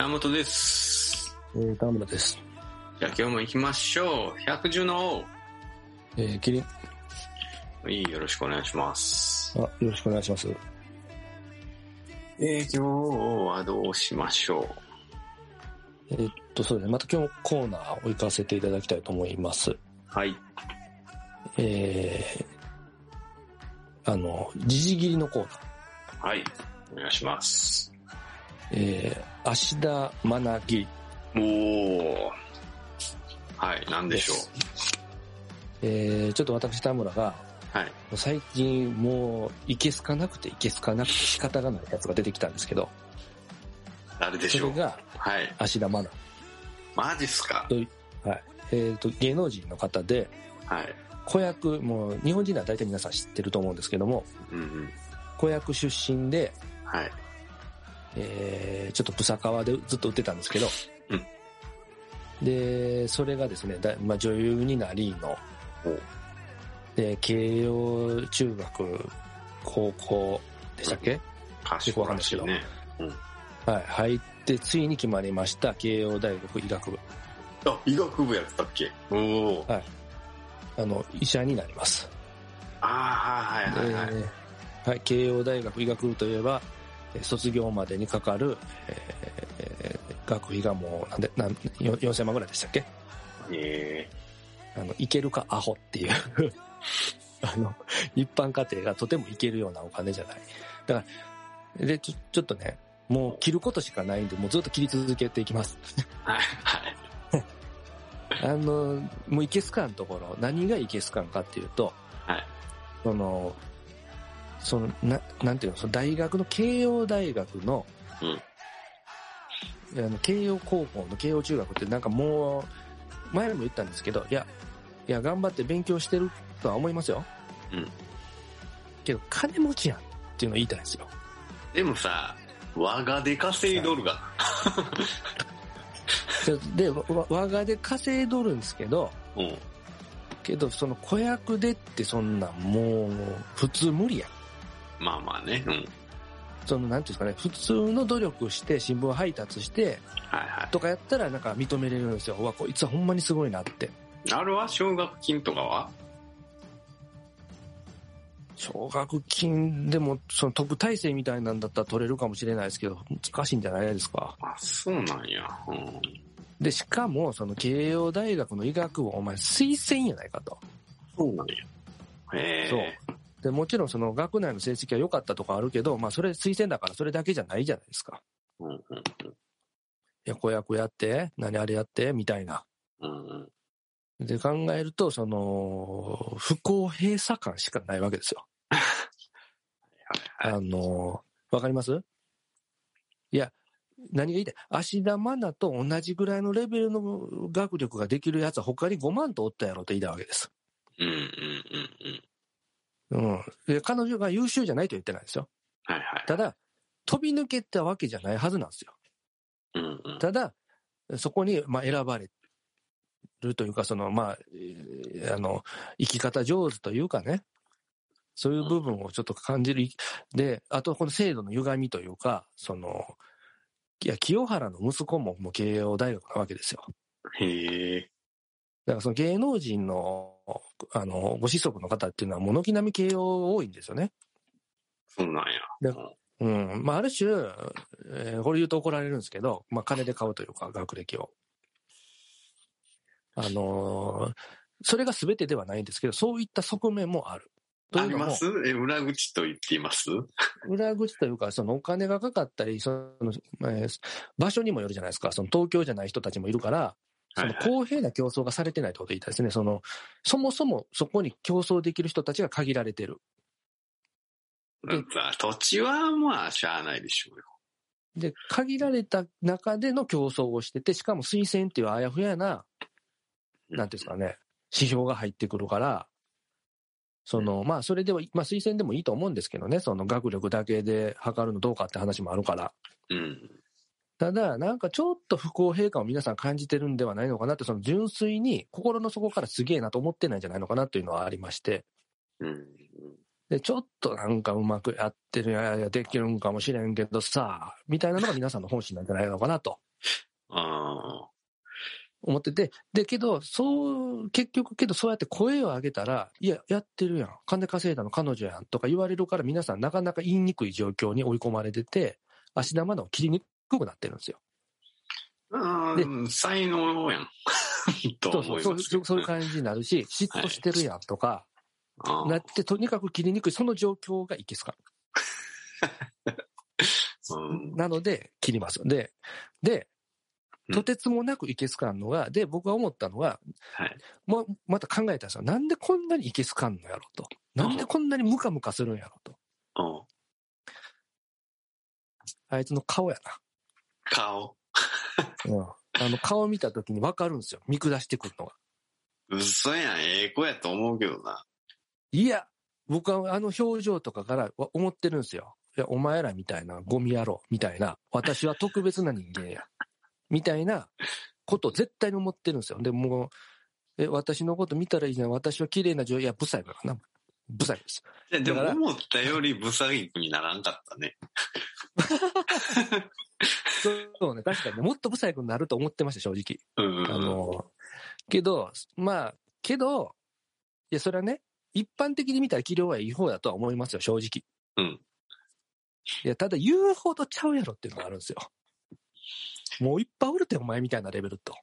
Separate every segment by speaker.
Speaker 1: 山本です。
Speaker 2: 田村です。
Speaker 1: じゃあ今日も行きましょう。百獣の王。
Speaker 2: キリン。
Speaker 1: よろしくお願いします。
Speaker 2: よろしくお願いします。
Speaker 1: 今日はどうしましょう。
Speaker 2: そうですね。また今日コーナーを行かせていただきたいと思います。
Speaker 1: はい。
Speaker 2: 時事切りのコーナ
Speaker 1: ー。はい。お願いします。
Speaker 2: 芦田愛菜切り。
Speaker 1: はい、なんでしょ
Speaker 2: う。ちょっと私田村が、
Speaker 1: はい、
Speaker 2: 最近もういけすかなくて仕方がないやつが出てきたんですけど。
Speaker 1: 誰でしょう。
Speaker 2: それが、
Speaker 1: はい、
Speaker 2: 芦田愛菜。
Speaker 1: マジっすか。
Speaker 2: はい。芸能人の方で、
Speaker 1: はい、
Speaker 2: 子役、もう日本人は大体皆さん知ってると思うんですけども、子役出身で、
Speaker 1: はい、
Speaker 2: ちょっとブサカワでずっと売ってたんですけど、で、それがですね、女優になりの、で、慶応中学、高校でしたっけ？よくわかんないですけど、はい、入ってついに決まりました、慶応大学医学部。
Speaker 1: あ、医学部やったっけ？
Speaker 2: はい。医者になります。
Speaker 1: はい。
Speaker 2: はい、慶応大学医学部といえば、卒業までにかかる、学費がもう4000万ぐらいでしたっけ？いけるかアホっていう一般家庭がとてもいけるようなお金じゃない。だからでちょっとね、もう切ることしかないんで、もうずっと切り続けていきます。もういけすかんところ、何がいけすかんかっていうと、
Speaker 1: はい、
Speaker 2: なんていうの、その大学の慶応大学の、慶応高校の慶応中学ってなんかもう前も言ったんですけど、いや頑張って勉強してるとは思いますよ。けど金持ちやんっていうのを言いたいんですよ。
Speaker 1: でもさ、我がで稼いどるが。
Speaker 2: で、我がで稼いどるんですけど、けどその子役でってそんなんもう普通無理やん。
Speaker 1: まあね。
Speaker 2: なんていうんですかね、普通の努力して新聞配達して、とかやったらなんか認めれるんですよ。こいつはほんまにすごいなって。
Speaker 1: あれは奨学金とかは？
Speaker 2: 奨学金でもその特待生みたいなんだったら取れるかもしれないですけど、難しいんじゃないですか。
Speaker 1: あ、そうなんや。
Speaker 2: で、しかもその慶応大学の医学部お前推薦やないかと。
Speaker 1: そうなんや。
Speaker 2: そう。で、もちろんその学内の成績は良かったとかあるけど、まあそれ推薦だからそれだけじゃないじゃないですか。いや、子役やって、何あれやって、みたいな。で、考えると、不公平さ感しかないわけですよ。わかります？いや、何が言いたい？芦田愛菜と同じぐらいのレベルの学力ができるやつは他に5万とおったやろと言いたいわけです。で、彼女が優秀じゃないと言ってないですよ。ただ、飛び抜けたわけじゃないはずなんですよ。ただ、そこに、選ばれるというか、生き方上手というかね、そういう部分をちょっと感じる。で、あとこの制度の歪みというか、清原の息子も慶応大学なわけですよ。だからその芸能人の、ご子息の方っていうのは、もう軒並み慶応多いんですよね。
Speaker 1: そうなんや。
Speaker 2: ある種、これ言うと怒られるんですけど、金で買うというか、学歴を。それが全てではないんですけど、そういった側面もある。
Speaker 1: あります？裏口と言っています？
Speaker 2: 裏口というか、お金がかかったり、場所にもよるじゃないですか。東京じゃない人たちもいるから、公平な競争がされてないってことを言いたいですね。そもそもそこに競争できる人たちが限られてる。
Speaker 1: 土地はしゃあないでしょうよ。
Speaker 2: で、限られた中での競争をしてて、しかも推薦っていうあやふやな、なんていうんですかね、指標が入ってくるから、それでは、推薦でもいいと思うんですけどね、学力だけで測るのどうかって話もあるから。ただ、なんかちょっと不公平感を皆さん感じてるんではないのかなって、純粋に心の底からすげえなと思ってないんじゃないのかなというのはありまして。で、ちょっとなんかうまくやってるできるんかもしれんけどさ、みたいなのが皆さんの本心なんじゃないのかなと。
Speaker 1: あ
Speaker 2: 思ってて、で、結局そうやって声を上げたら、いや、やってるやん。金稼いだの彼女やんとか言われるから皆さんなかなか言いにくい状況に追い込まれてて、足玉の切りにくくなってるんですよ。
Speaker 1: で、才能やん。と思いますけど、
Speaker 2: そういう感じになるし、嫉妬してるやんとか、なって、とにかく切りにくい、その状況がいけすか。なので、切ります。で、とてつもなくいけすかんのが、で、僕が思ったのが、
Speaker 1: はい、
Speaker 2: また考えたんですよ。なんでこんなにいけすかんのやろと。なんでこんなにムカムカするんやろと。あいつの顔やな。
Speaker 1: 顔。
Speaker 2: 顔見たときに分かるんですよ。見下してくるのが。
Speaker 1: 嘘やん、ええ子やと思うけどな。
Speaker 2: いや、僕はあの表情とかから思ってるんですよ。いや、お前らみたいなゴミ野郎みたいな、私は特別な人間や。みたいなことを絶対に思ってるんですよ。でもう、私のこと見たらいいじゃん。私は綺麗な女優。いや、ブサイクだな。ブサイクです。
Speaker 1: でも思ったよりブサイクにならんかったね。
Speaker 2: そうね、確かにね、もっとブサイクになると思ってました、正直。けど、いや、それはね、一般的に見たら器量はいい方だとは思いますよ、正直。いや、ただ言うほどちゃうやろっていうのがあるんですよ。もういっぱいおるってお前みたいなレベルと。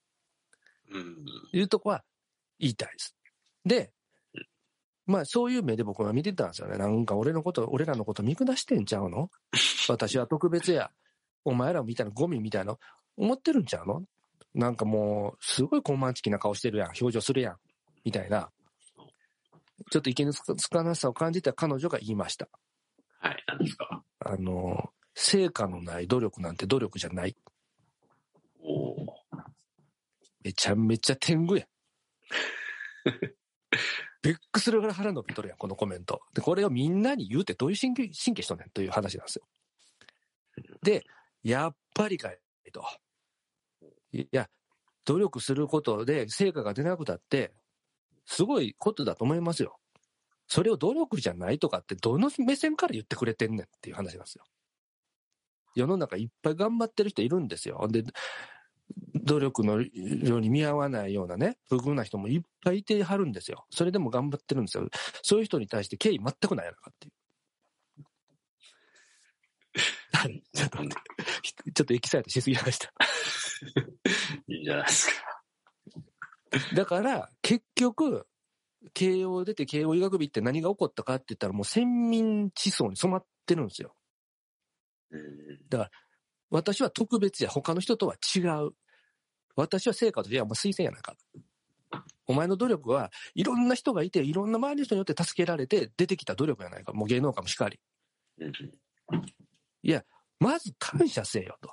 Speaker 2: いうとこは言いたいです。で、まあそういう目で僕は見てたんですよね。なんか俺らのこと見下してんちゃうの？私は特別や。お前らみたいなゴミみたいな思ってるんちゃうの？なんかもうすごい高慢ちきな顔してるやん。表情するやん。みたいな。ちょっといけつかなさを感じた彼女が言いました。
Speaker 1: はい、何ですか？
Speaker 2: 成果のない努力なんて努力じゃない。めちゃめちゃ天狗や。ベックするから腹伸びとるやん、このコメント。で、これをみんなに言うってどういう神経しとんねんという話なんですよ。で、やっぱりかいと。いや、努力することで成果が出なくたって、すごいことだと思いますよ。それを努力じゃないとかってどの目線から言ってくれてんねんっていう話なんですよ。世の中いっぱい頑張ってる人いるんですよ。で、努力の量に見合わないようなね、不遇な人もいっぱいいてはるんですよ。それでも頑張ってるんですよ。そういう人に対して敬意全くないやなかっていう。ちょっと待って。ちょっとエキサイトしすぎました。
Speaker 1: いいんじゃないですか。
Speaker 2: だから、結局、慶応出て慶応医学部って何が起こったかって言ったらもう先民思想に染まってるんですよ。だから、私は特別や、他の人とは違う。私は成果としてはもう推薦やないか。お前の努力はいろんな人がいて、いろんな周りの人によって助けられて出てきた努力やないか。もう芸能界もしかり。いや、まず感謝せよと。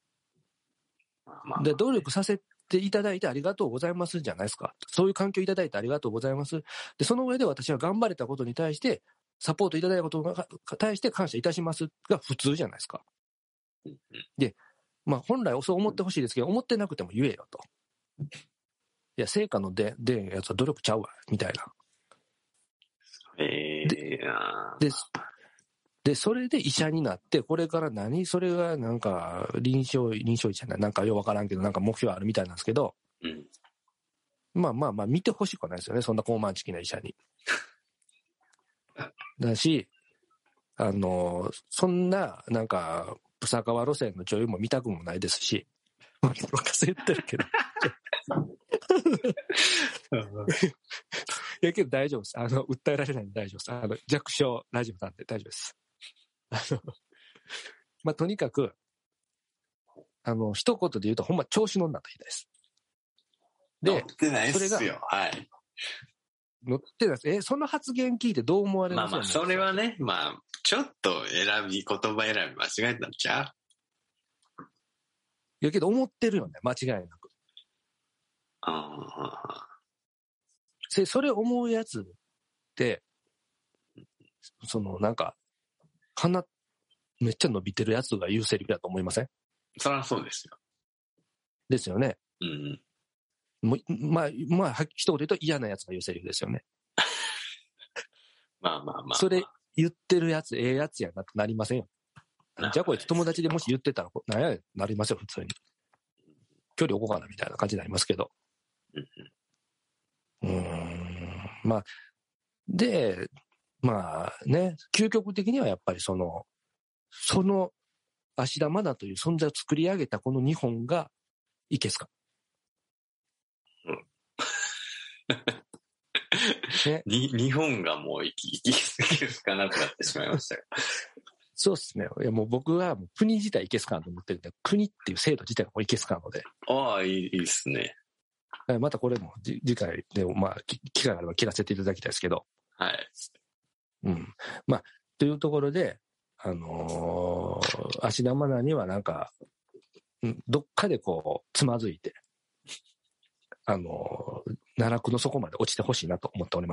Speaker 2: で、努力させていただいてありがとうございますじゃないですか。そういう環境いただいてありがとうございます。で、その上で私は頑張れたことに対して、サポートいただいたことに対して感謝いたしますが普通じゃないですか。で、まあ本来そう思ってほしいですけど、思ってなくても言えよと。いや、成果の出んやつは努力ちゃうわ、みたいな。で、それで医者になって、これからそれがなんか、臨床医じゃない、なんかようわからんけど、なんか目標あるみたいなんですけど、まあ、見てほしくはないですよね、そんな高慢ちきな医者に。だし、そんな、なんか、ブサカワ路線の女優も見たくもないですし、僕は言ってるけど。いやけど大丈夫です。訴えられないんで大丈夫です。弱小ラジオなんで大丈夫です。まあ、とにかく、一言で言うと、ほんま調子乗んなと言いたいです。で、
Speaker 1: 乗ってないっすよ。はい。
Speaker 2: 乗ってないです。その発言聞いてどう思われますか？
Speaker 1: まあ、それはね、まあ、ちょっと言葉選び間違えたんちゃう？
Speaker 2: いやけど思ってるよね、間違いなく。それ思うやつって、なんか、鼻、めっちゃ伸びてるやつが言うセリフだと思いません？
Speaker 1: そりゃそうですよ。
Speaker 2: ですよね。まあ、一言言うと嫌なやつが言うセリフですよね。
Speaker 1: まあ。
Speaker 2: それ言ってるやつ、ええやつやなってなりませんよ。じゃあこいつ友達でもし言ってたら、なんやなりますよ、普通に。 距離置こうかなみたいな感じになりますけど。まあ、で、まあね、究極的にはやっぱりその芦田愛菜という存在を作り上げたこの日本がいけすか。
Speaker 1: ね、日本がもういけすかなくなってしまいましたよ。
Speaker 2: そうですね。いやもう僕はもう国自体いけすかんと思ってるんで、国っていう制度自体がもういけすかんので。
Speaker 1: ああ、いいですね。
Speaker 2: またこれも次回でもまあ機会があれば聞かせていただきたいですけど。
Speaker 1: はい。
Speaker 2: まあ、というところで、芦田愛菜にはなんか、どっかでこう、つまずいて、奈落の底まで落ちてほしいなと思っております。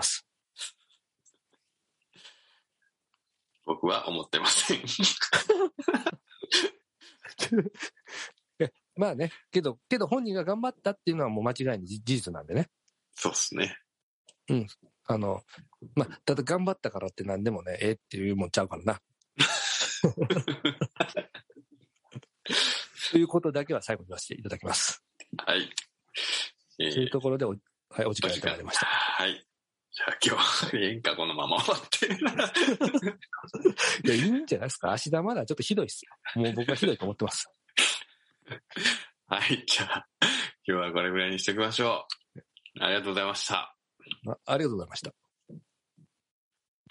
Speaker 1: 僕は思ってません。
Speaker 2: まあね、けど本人が頑張ったっていうのはもう間違いに事実なんでね。
Speaker 1: そうですね。
Speaker 2: まあ、ただ頑張ったからって何でもね、っていうもんちゃうからな。ということだけは最後に言わせていただきます。
Speaker 1: はい。
Speaker 2: というところでお時間がいただきました。
Speaker 1: はい。じゃあ今日は演歌このまま終わって。
Speaker 2: いや、いいんじゃないですか。芦田まだちょっとひどいっすよ。もう僕はひどいと思ってます。
Speaker 1: はい。じゃあ、今日はこれぐらいにしておきましょう。ありがとうございました。
Speaker 2: ありがとうございました。